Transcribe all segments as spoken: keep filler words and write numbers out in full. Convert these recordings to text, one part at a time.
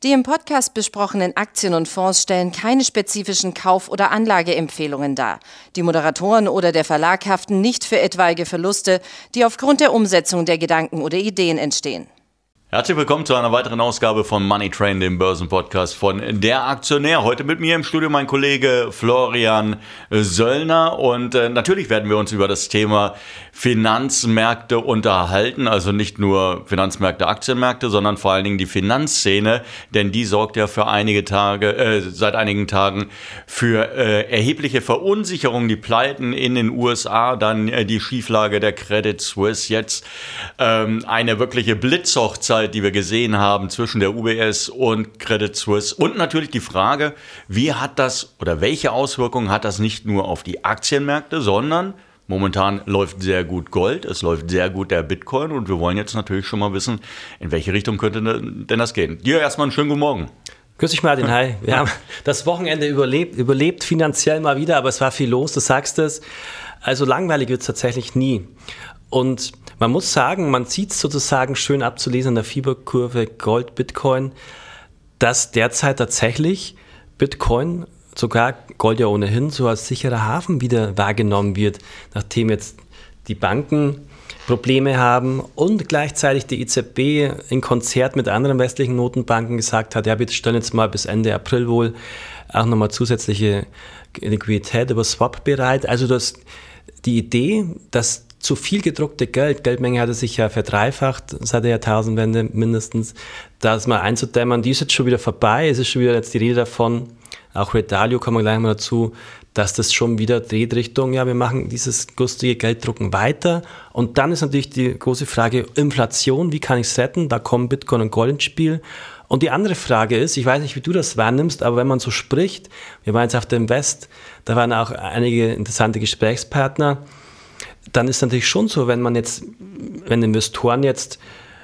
Die im Podcast besprochenen Aktien und Fonds stellen keine spezifischen Kauf- oder Anlageempfehlungen dar. Die Moderatoren oder der Verlag haften nicht für etwaige Verluste, die aufgrund der Umsetzung der Gedanken oder Ideen entstehen. Herzlich willkommen zu einer weiteren Ausgabe von Money Train, dem Börsenpodcast von Der Aktionär. Heute mit mir im Studio mein Kollege Florian Söllner und äh, natürlich werden wir uns über das Thema Finanzmärkte unterhalten, also nicht nur Finanzmärkte, Aktienmärkte, sondern vor allen Dingen die Finanzszene, denn die sorgt ja für einige Tage, äh, seit einigen Tagen für äh, erhebliche Verunsicherung, die Pleiten in den U S A, dann äh, die Schieflage der Credit Suisse, jetzt ähm, eine wirkliche Blitzhochzeit, die wir gesehen haben zwischen der U B S und Credit Suisse. Und natürlich die Frage, wie hat das oder welche Auswirkungen hat das nicht nur auf die Aktienmärkte, sondern momentan läuft sehr gut Gold, es läuft sehr gut der Bitcoin und wir wollen jetzt natürlich schon mal wissen, in welche Richtung könnte denn das gehen. Dir erstmal einen schönen guten Morgen. Grüß dich, Martin. Hi. Wir haben das Wochenende überlebt, überlebt finanziell mal wieder, aber es war viel los, du sagst es. Also langweilig wird es tatsächlich nie. Und man muss sagen, man sieht es sozusagen schön abzulesen an der Fieberkurve Gold, Bitcoin, dass derzeit tatsächlich Bitcoin, sogar Gold ja ohnehin, so als sicherer Hafen wieder wahrgenommen wird, nachdem jetzt die Banken Probleme haben und gleichzeitig die E Z B in Konzert mit anderen westlichen Notenbanken gesagt hat, ja, wir stellen jetzt mal bis Ende April wohl auch nochmal zusätzliche Liquidität über Swap bereit. Also das, die Idee, dass zu viel gedruckte Geld, Geldmenge hatte sich ja verdreifacht seit der Jahrtausendwende mindestens, das mal einzudämmern, die ist jetzt schon wieder vorbei, es ist schon wieder jetzt die Rede davon, auch Ray Dalio kommen wir gleich mal dazu, dass das schon wieder dreht Richtung, ja, wir machen dieses gustige Gelddrucken weiter und dann ist natürlich die große Frage Inflation, wie kann ich es retten, da kommen Bitcoin und Gold ins Spiel. Und die andere Frage ist, ich weiß nicht, wie du das wahrnimmst, aber wenn man so spricht, wir waren jetzt auf dem West, da waren auch einige interessante Gesprächspartner, dann ist natürlich schon so, wenn man jetzt, wenn Investoren jetzt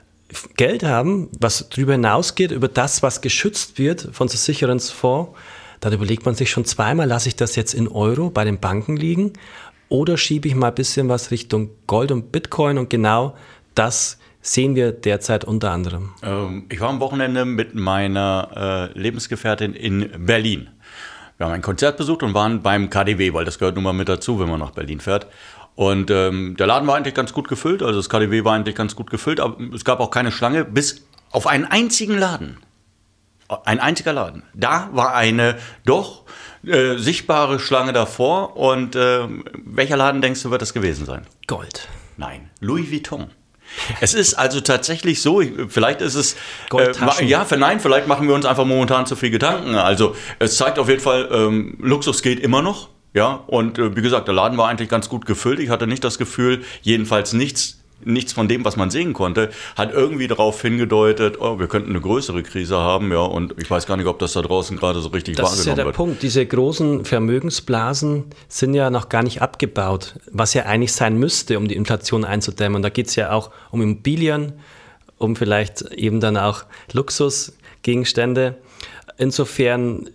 Geld haben, was darüber hinausgeht, über das, was geschützt wird von so Sicherungsfonds, dann überlegt man sich schon zweimal, lasse ich das jetzt in Euro bei den Banken liegen oder schiebe ich mal ein bisschen was Richtung Gold und Bitcoin und genau das sehen wir derzeit unter anderem. Ähm, ich war am Wochenende mit meiner äh, Lebensgefährtin in Berlin. Wir haben ein Konzert besucht und waren beim K D W, weil das gehört nun mal mit dazu, wenn man nach Berlin fährt. Und ähm, der Laden war eigentlich ganz gut gefüllt, also das K D W war eigentlich ganz gut gefüllt, aber es gab auch keine Schlange, bis auf einen einzigen Laden. Ein einziger Laden. Da war eine doch äh, sichtbare Schlange davor und äh, welcher Laden denkst du, wird das gewesen sein? Gold. Nein, Louis Vuitton. Es ist also tatsächlich so, vielleicht ist es, äh, ja, für, nein, vielleicht machen wir uns einfach momentan zu viel Gedanken. Also es zeigt auf jeden Fall, ähm, Luxus geht immer noch. Ja, und äh, wie gesagt, der Laden war eigentlich ganz gut gefüllt. Ich hatte nicht das Gefühl, jedenfalls nichts, nichts von dem, was man sehen konnte, hat irgendwie darauf hingedeutet, oh, wir könnten eine größere Krise haben. Ja, und ich weiß gar nicht, ob das da draußen gerade so richtig wahrgenommen wird. Das ist ja der Punkt. Diese großen Vermögensblasen sind ja noch gar nicht abgebaut, was ja eigentlich sein müsste, um die Inflation einzudämmen. Da geht es ja auch um Immobilien, um vielleicht eben dann auch Luxusgegenstände. Insofern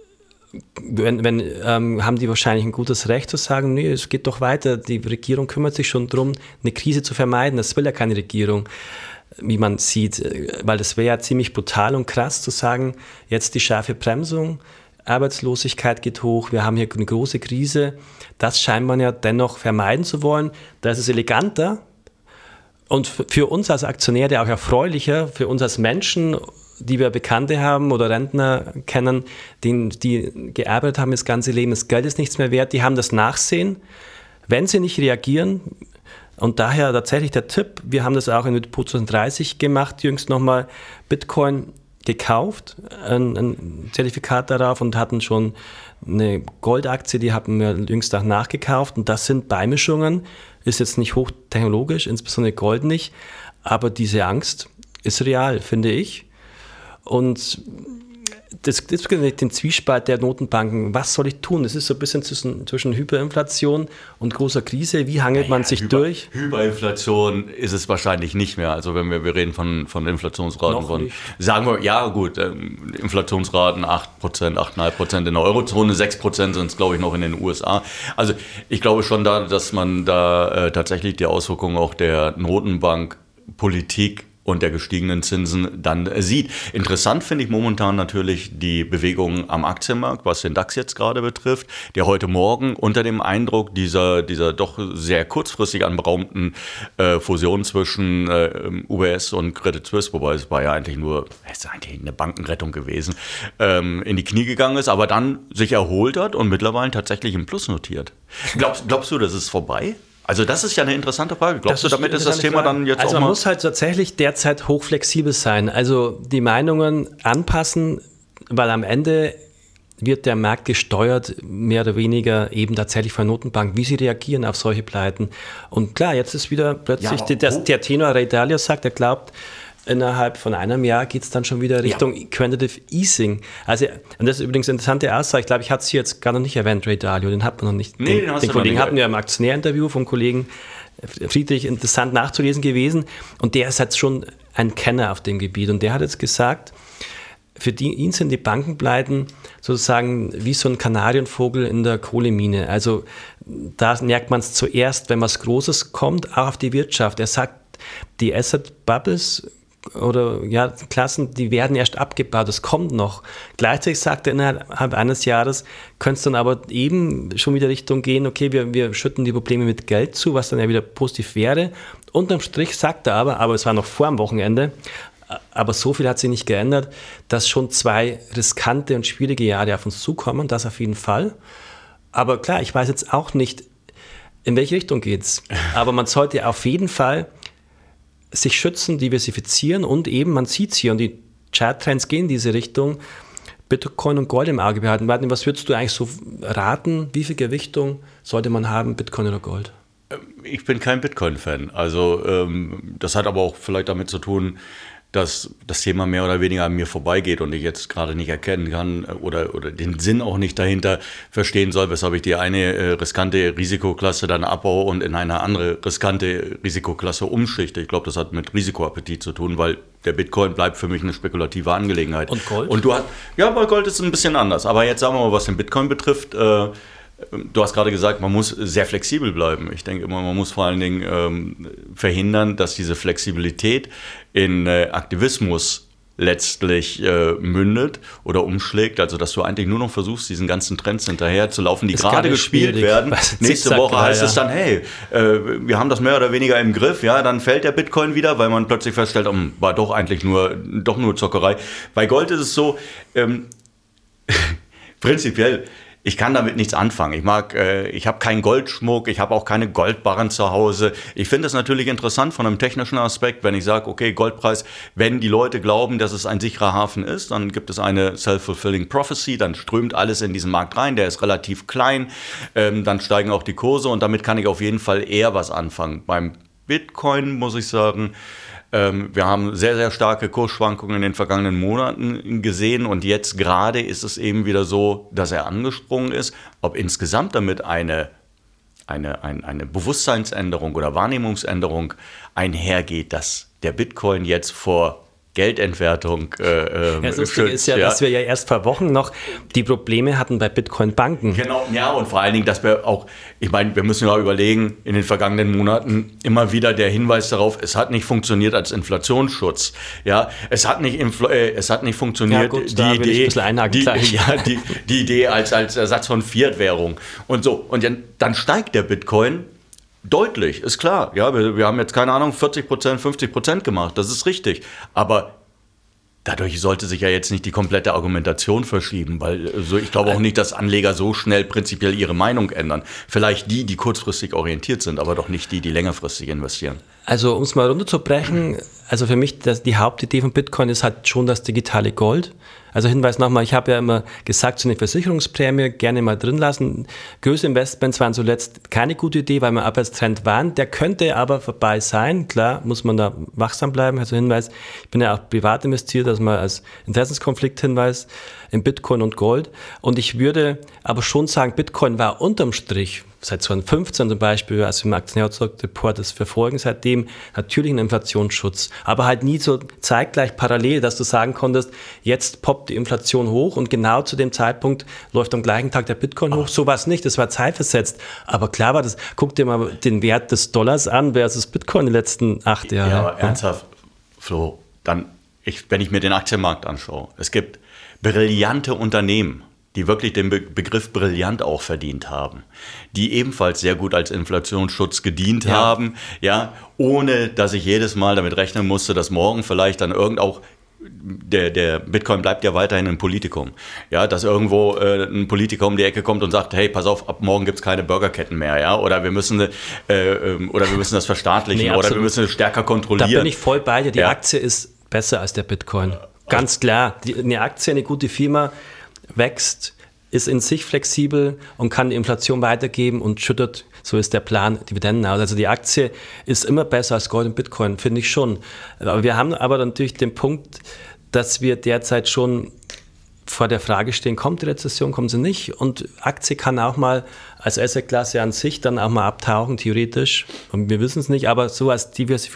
Wenn, wenn, ähm, haben die wahrscheinlich ein gutes Recht zu sagen, nee, es geht doch weiter, die Regierung kümmert sich schon darum, eine Krise zu vermeiden. Das will ja keine Regierung, wie man sieht, weil das wäre ja ziemlich brutal und krass zu sagen, jetzt die scharfe Bremsung, Arbeitslosigkeit geht hoch, wir haben hier eine große Krise. Das scheint man ja dennoch vermeiden zu wollen. Da ist es eleganter und für uns als Aktionäre auch erfreulicher, für uns als Menschen, die wir Bekannte haben oder Rentner kennen, die, die gearbeitet haben das ganze Leben, das Geld ist nichts mehr wert, die haben das Nachsehen, wenn sie nicht reagieren. Und daher tatsächlich der Tipp, wir haben das auch in Depot zwanzig dreißig gemacht, jüngst nochmal Bitcoin gekauft, ein, ein Zertifikat darauf und hatten schon eine Goldaktie, die haben wir jüngst auch nachgekauft und das sind Beimischungen, ist jetzt nicht hochtechnologisch, insbesondere Gold nicht, aber diese Angst ist real, finde ich. Und das, das ist den Zwiespalt der Notenbanken. Was soll ich tun? Das ist so ein bisschen zwischen, zwischen Hyperinflation und großer Krise. Wie hangelt naja, man sich Hyper, durch? Hyperinflation ist es wahrscheinlich nicht mehr. Also wenn wir, wir reden von, von Inflationsraten Noch von, nicht. sagen wir, ja gut, ähm, Inflationsraten acht Prozent, acht Komma fünf Prozent in der Eurozone, sechs Prozent sind es, glaube ich, noch in den U S A. Also ich glaube schon, da, dass man da äh, tatsächlich die Auswirkungen auch der Notenbankpolitik und der gestiegenen Zinsen dann sieht. Interessant finde ich momentan natürlich die Bewegungen am Aktienmarkt, was den DAX jetzt gerade betrifft, der heute Morgen unter dem Eindruck dieser, dieser doch sehr kurzfristig anberaumten äh, Fusion zwischen äh, U B S und Credit Suisse, wobei es war ja eigentlich nur, es ist eigentlich eine Bankenrettung gewesen, ähm, in die Knie gegangen ist, aber dann sich erholt hat und mittlerweile tatsächlich im Plus notiert. Glaubst, glaubst du, das ist vorbei? Also das ist ja eine interessante Frage. Glaubst du, damit ist das Thema dann jetzt auch mal... Also man muss halt tatsächlich derzeit hochflexibel sein. Also die Meinungen anpassen, weil am Ende wird der Markt gesteuert, mehr oder weniger eben tatsächlich von Notenbanken, wie sie reagieren auf solche Pleiten. Und klar, jetzt ist wieder plötzlich, ja, der, der Tenor Ray Dalio sagt, er glaubt, innerhalb von einem Jahr geht es dann schon wieder Richtung ja. Quantitative Easing. Also, und das ist übrigens eine interessante Aussage. Ich glaube, ich hatte es hier jetzt gar noch nicht erwähnt, Ray Dalio, den hat man noch nicht. Nee, den den, den Kollegen hatten wir im Aktionärinterview vom Kollegen Friedrich interessant nachzulesen gewesen. Und der ist halt schon ein Kenner auf dem Gebiet. Und der hat jetzt gesagt, für die, ihn sind die Bankenpleiten sozusagen wie so ein Kanarienvogel in der Kohlemine. Also da merkt man es zuerst, wenn was Großes kommt, auch auf die Wirtschaft. Er sagt, die Asset Bubbles oder ja, Klassen, die werden erst abgebaut, das kommt noch. Gleichzeitig sagt er, innerhalb eines Jahres könnte es dann aber eben schon wieder Richtung gehen, okay, wir, wir schütten die Probleme mit Geld zu, was dann ja wieder positiv wäre. Unterm Strich sagt er aber, aber es war noch vor dem Wochenende, aber so viel hat sich nicht geändert, dass schon zwei riskante und schwierige Jahre auf uns zukommen, das auf jeden Fall. Aber klar, ich weiß jetzt auch nicht, in welche Richtung geht's. Aber man sollte auf jeden Fall sich schützen, diversifizieren und eben, man sieht es hier und die Charttrends gehen in diese Richtung, Bitcoin und Gold im Auge behalten. Martin, was würdest du eigentlich so raten, wie viel Gewichtung sollte man haben, Bitcoin oder Gold? Ich bin kein Bitcoin-Fan, also ähm, das hat aber auch vielleicht damit zu tun, dass das Thema mehr oder weniger an mir vorbeigeht und ich jetzt gerade nicht erkennen kann oder, oder den Sinn auch nicht dahinter verstehen soll, weshalb ich die eine äh, riskante Risikoklasse dann abbaue und in eine andere riskante Risikoklasse umschichte. Ich glaube, das hat mit Risikoappetit zu tun, weil der Bitcoin bleibt für mich eine spekulative Angelegenheit. Und Gold? Und du hast, ja, bei Gold ist es ein bisschen anders. Aber jetzt sagen wir mal, was den Bitcoin betrifft, äh, du hast gerade gesagt, man muss sehr flexibel bleiben. Ich denke immer, man muss vor allen Dingen ähm, verhindern, dass diese Flexibilität in äh, Aktivismus letztlich äh, mündet oder umschlägt. Also, dass du eigentlich nur noch versuchst, diesen ganzen Trends hinterher zu laufen, die gerade gespielt werden. Nächste Woche heißt ja. es dann, hey, äh, wir haben das mehr oder weniger im Griff. Ja, dann fällt der Bitcoin wieder, weil man plötzlich feststellt, oh, war doch eigentlich nur, doch nur Zockerei. Bei Gold ist es so, ähm, prinzipiell, ich kann damit nichts anfangen. Ich mag, äh, ich habe keinen Goldschmuck, ich habe auch keine Goldbarren zu Hause. Ich finde es natürlich interessant von einem technischen Aspekt, wenn ich sage, okay, Goldpreis, wenn die Leute glauben, dass es ein sicherer Hafen ist, dann gibt es eine self-fulfilling prophecy, dann strömt alles in diesen Markt rein, der ist relativ klein, ähm, dann steigen auch die Kurse und damit kann ich auf jeden Fall eher was anfangen. Beim Bitcoin muss ich sagen, wir haben sehr, sehr starke Kursschwankungen in den vergangenen Monaten gesehen und jetzt gerade ist es eben wieder so, dass er angesprungen ist. Ob insgesamt damit eine, eine, eine, eine Bewusstseinsänderung oder Wahrnehmungsänderung einhergeht, dass der Bitcoin jetzt vor Geldentwertung äh, ja, das Lustige ist ja, ja, dass wir ja erst vor Wochen noch die Probleme hatten bei Bitcoin-Banken. Genau, ja, und vor allen Dingen, dass wir auch, ich meine, wir müssen ja überlegen, in den vergangenen Monaten immer wieder der Hinweis darauf, es hat nicht funktioniert als Inflationsschutz. Ja, es hat nicht, Infl- äh, es hat nicht funktioniert, ja, gut, die, Idee, die, ja, die, die Idee als, als Ersatz von Fiat-Währung. Und so, und dann steigt der Bitcoin deutlich, ist klar. Ja, wir, wir haben jetzt, keine Ahnung, vierzig Prozent, fünfzig Prozent gemacht, das ist richtig. Aber dadurch sollte sich ja jetzt nicht die komplette Argumentation verschieben, weil so, ich glaube auch nicht, dass Anleger so schnell prinzipiell ihre Meinung ändern. Vielleicht die, die kurzfristig orientiert sind, aber doch nicht die, die längerfristig investieren. Also um es mal runterzubrechen, also für mich das, die Hauptidee von Bitcoin ist halt schon das digitale Gold. Also Hinweis nochmal, ich habe ja immer gesagt, so eine Versicherungsprämie gerne mal drin lassen. Größere Investments waren zuletzt keine gute Idee, weil wir Abwärtstrend waren. Der könnte aber vorbei sein. Klar, muss man da wachsam bleiben. Also Hinweis, ich bin ja auch privat investiert, also mal als Interessenskonflikt Hinweis in Bitcoin und Gold. Und ich würde aber schon sagen, Bitcoin war unterm Strich seit zweitausendfünfzehn zum Beispiel, als wir im Aktionärsreport das verfolgen, seitdem natürlich ein Inflationsschutz, aber halt nie so zeitgleich parallel, dass du sagen konntest, jetzt poppt die Inflation hoch und genau zu dem Zeitpunkt läuft am gleichen Tag der Bitcoin hoch. So war es nicht, das war zeitversetzt. Aber klar war das, guck dir mal den Wert des Dollars an versus Bitcoin in den letzten acht Jahren. Ja, aber ernsthaft, Flo, dann, ich, wenn ich mir den Aktienmarkt anschaue, es gibt brillante Unternehmen, die wirklich den Be- Begriff brillant auch verdient haben, die ebenfalls sehr gut als Inflationsschutz gedient ja. haben, ja, ohne dass ich jedes Mal damit rechnen musste, dass morgen vielleicht dann irgend auch Der, der Bitcoin bleibt ja weiterhin ein Politikum. Ja, dass irgendwo äh, ein Politiker um die Ecke kommt und sagt, hey, pass auf, ab morgen gibt es keine Burgerketten mehr, ja, oder wir müssen äh, ähm, oder wir müssen das verstaatlichen nee, oder wir müssen es stärker kontrollieren. Da bin ich voll bei dir. Die ja. Aktie ist besser als der Bitcoin. Ganz klar. Die, eine Aktie, eine gute Firma wächst, ist in sich flexibel und kann die Inflation weitergeben und schüttet, so ist der Plan, Dividenden aus. Also die Aktie ist immer besser als Gold und Bitcoin, finde ich schon. Aber wir haben aber natürlich den Punkt, dass wir derzeit schon vor der Frage stehen, kommt die Rezession, kommt sie nicht? Und Aktie kann auch mal als Assetklasse an sich dann auch mal abtauchen, theoretisch. Und wir wissen es nicht, aber so als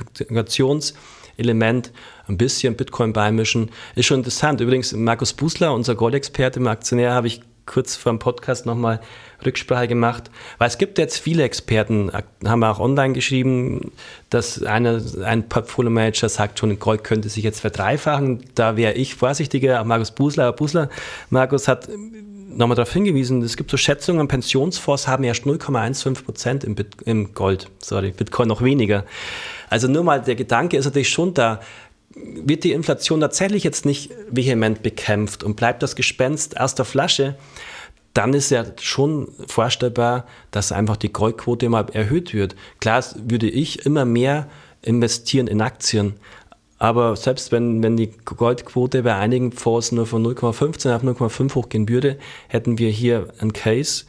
Diversifikationselement ein bisschen Bitcoin beimischen, ist schon interessant. Übrigens, Markus Busler, unser Goldexperte im Aktionär, habe ich kurz vor dem Podcast nochmal Rücksprache gemacht, weil es gibt jetzt viele Experten, haben wir auch online geschrieben, dass einer, ein Portfolio-Manager sagt schon, Gold könnte sich jetzt verdreifachen. Da wäre ich vorsichtiger, auch Markus Busler. Aber Busler, Markus hat nochmal darauf hingewiesen, es gibt so Schätzungen, Pensionsfonds haben erst null Komma fünfzehn Prozent im, Bit, im Gold, sorry, Bitcoin noch weniger. Also nur mal der Gedanke ist natürlich schon da, wird die Inflation tatsächlich jetzt nicht vehement bekämpft und bleibt das Gespenst aus der Flasche, dann ist ja schon vorstellbar, dass einfach die Goldquote mal erhöht wird. Klar würde ich immer mehr investieren in Aktien, aber selbst wenn, wenn die Goldquote bei einigen Fonds nur von null Komma fünfzehn auf null Komma fünf hochgehen würde, hätten wir hier einen Case.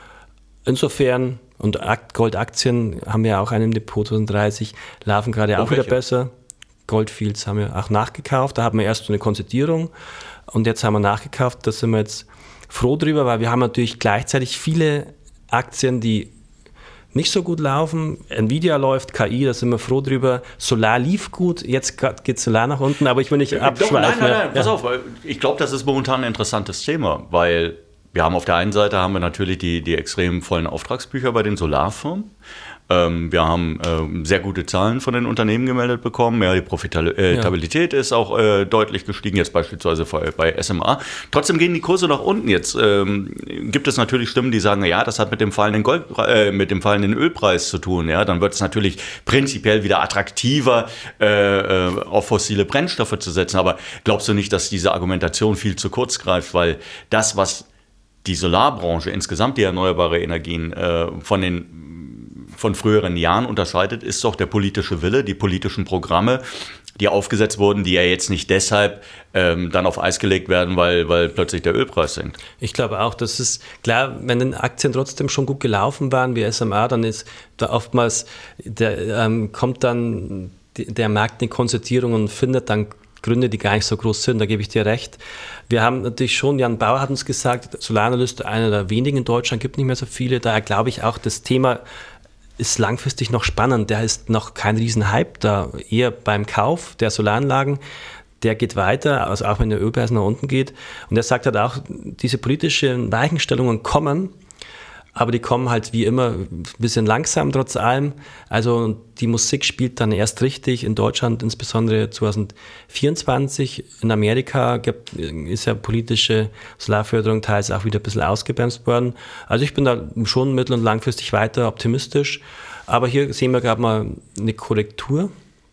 Insofern, und Goldaktien haben wir ja auch einen im Depot zweitausenddreißig, laufen gerade auch wieder besser. Goldfields haben wir auch nachgekauft, da haben wir erst so eine Konzertierung und jetzt haben wir nachgekauft, da sind wir jetzt froh drüber, weil wir haben natürlich gleichzeitig viele Aktien, die nicht so gut laufen. Nvidia läuft, K I, da sind wir froh drüber. Solar lief gut, jetzt geht Solar nach unten, aber ich will nicht abschweifen. Nein, nein, nein, pass ja. auf, ich glaube, das ist momentan ein interessantes Thema, weil wir haben auf der einen Seite haben wir natürlich die, die extrem vollen Auftragsbücher bei den Solarfirmen. Ähm, wir haben ähm, sehr gute Zahlen von den Unternehmen gemeldet bekommen. Ja, die Profitabilität ja. ist auch äh, deutlich gestiegen, jetzt beispielsweise bei S M A. Trotzdem gehen die Kurse nach unten. Jetzt ähm, gibt es natürlich Stimmen, die sagen, ja, das hat mit dem fallenden Gold, äh, mit dem fallenden Ölpreis zu tun. Ja, dann wird es natürlich prinzipiell wieder attraktiver, äh, äh, auf fossile Brennstoffe zu setzen. Aber glaubst du nicht, dass diese Argumentation viel zu kurz greift? Weil das, was die Solarbranche, insgesamt die erneuerbare Energien äh, von den von früheren Jahren unterscheidet, ist doch der politische Wille, die politischen Programme, die aufgesetzt wurden, die ja jetzt nicht deshalb ähm, dann auf Eis gelegt werden, weil, weil plötzlich der Ölpreis sinkt. Ich glaube auch, das ist klar, wenn die Aktien trotzdem schon gut gelaufen waren, wie S M A, dann ist da oftmals, der, ähm, kommt dann die, der Markt in Konzertierung und findet dann Gründe, die gar nicht so groß sind, da gebe ich dir recht. Wir haben natürlich schon, Jan Bauer hat uns gesagt, Solaranalyst, einer der wenigen in Deutschland, gibt nicht mehr so viele, daher glaube ich auch, das Thema ist langfristig noch spannend. Der ist noch kein Riesenhype da, eher beim Kauf der Solaranlagen. Der geht weiter, also auch wenn der Ölpreis nach unten geht. Und er sagt halt auch, diese politischen Weichenstellungen kommen, aber die kommen halt wie immer ein bisschen langsam trotz allem. Also die Musik spielt dann erst richtig in Deutschland, insbesondere zwanzig vierundzwanzig. In Amerika gibt, ist ja politische Solarförderung teils auch wieder ein bisschen ausgebremst worden. Also ich bin da schon mittel- und langfristig weiter optimistisch. Aber hier sehen wir gerade mal eine Korrektur.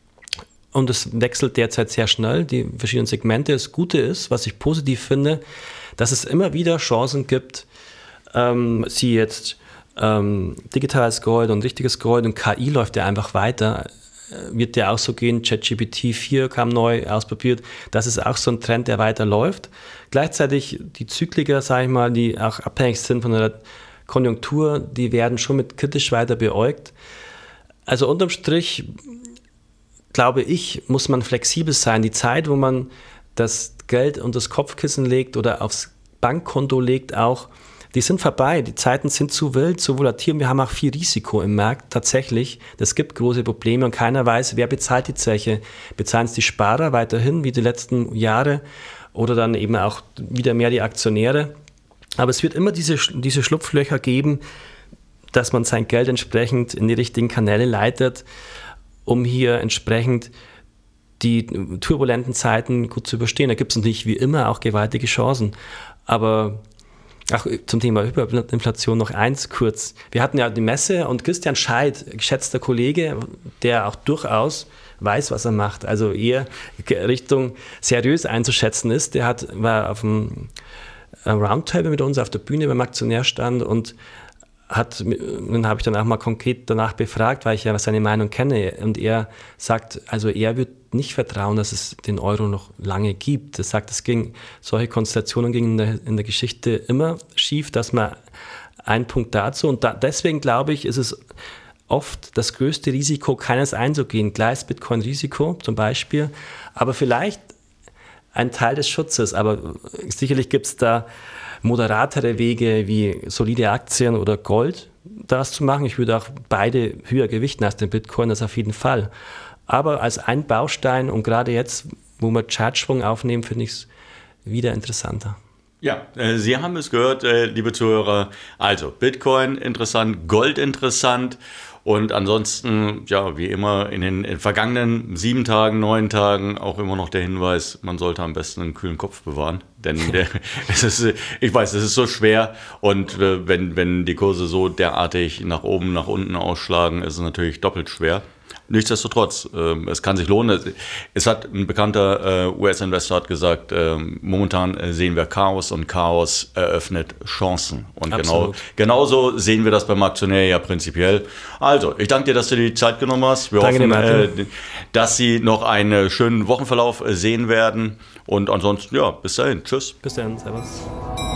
Und es wechselt derzeit sehr schnell, die verschiedenen Segmente. Das Gute ist, was ich positiv finde, dass es immer wieder Chancen gibt, Ähm, sie jetzt ähm, digitales Gold und richtiges Gold und K I läuft ja einfach weiter, äh, wird ja auch so gehen, ChatGPT vier kam neu ausprobiert, das ist auch so ein Trend, der weiter läuft. Gleichzeitig die Zykliker, sage ich mal, die auch abhängig sind von der Konjunktur, die werden schon mit kritisch weiter beäugt. Also unterm Strich, glaube ich, muss man flexibel sein. Die Zeit, wo man das Geld unter das Kopfkissen legt oder aufs Bankkonto legt auch, die sind vorbei, die Zeiten sind zu wild, zu volatil und wir haben auch viel Risiko im Markt, tatsächlich. Es gibt große Probleme und keiner weiß, wer bezahlt die Zeche. Bezahlen es die Sparer weiterhin, wie die letzten Jahre, oder dann eben auch wieder mehr die Aktionäre. Aber es wird immer diese, diese Schlupflöcher geben, dass man sein Geld entsprechend in die richtigen Kanäle leitet, um hier entsprechend die turbulenten Zeiten gut zu überstehen. Da gibt es natürlich wie immer auch gewaltige Chancen. Aber ach, zum Thema Hyperinflation noch eins kurz. Wir hatten ja die Messe und Christian Scheidt, geschätzter Kollege, der auch durchaus weiß, was er macht, also eher Richtung seriös einzuschätzen ist. Der hat, war auf dem Roundtable mit uns auf der Bühne beim Aktionärstand und hat, dann habe ich dann auch mal konkret danach befragt, weil ich ja seine Meinung kenne. Und er sagt, also er wird nicht vertrauen, dass es den Euro noch lange gibt. Er sagt, es ging, solche Konstellationen gingen in der, in der Geschichte immer schief, dass man ein Punkt dazu. Und da, deswegen glaube ich, ist es oft das größte Risiko, keines einzugehen. Klar ist Bitcoin-Risiko zum Beispiel, aber vielleicht ein Teil des Schutzes. Aber sicherlich gibt es da moderatere Wege wie solide Aktien oder Gold, das zu machen. Ich würde auch beide höher gewichten als den Bitcoin, das auf jeden Fall. Aber als ein Baustein und gerade jetzt, wo wir Chartschwung aufnehmen, finde ich es wieder interessanter. Ja, äh, Sie haben es gehört, äh, liebe Zuhörer. Also Bitcoin interessant, Gold interessant. Und ansonsten, ja, wie immer in den, in den vergangenen sieben Tagen, neun Tagen auch immer noch der Hinweis, man sollte am besten einen kühlen Kopf bewahren. Denn der, es ist, ich weiß, es ist so schwer. Und äh, wenn, wenn die Kurse so derartig nach oben, nach unten ausschlagen, ist es natürlich doppelt schwer. Nichtsdestotrotz, äh, es kann sich lohnen. Es, es hat ein bekannter äh, U S-Investor hat gesagt, äh, momentan äh, sehen wir Chaos und Chaos eröffnet Chancen. Und genau, genauso sehen wir das beim Aktionär ja prinzipiell. Also, ich danke dir, dass du dir die Zeit genommen hast. Wir danke hoffen, dir, äh, dass Sie noch einen schönen Wochenverlauf äh, sehen werden. Und ansonsten, ja, bis dahin. Tschüss. Bis dahin. Servus.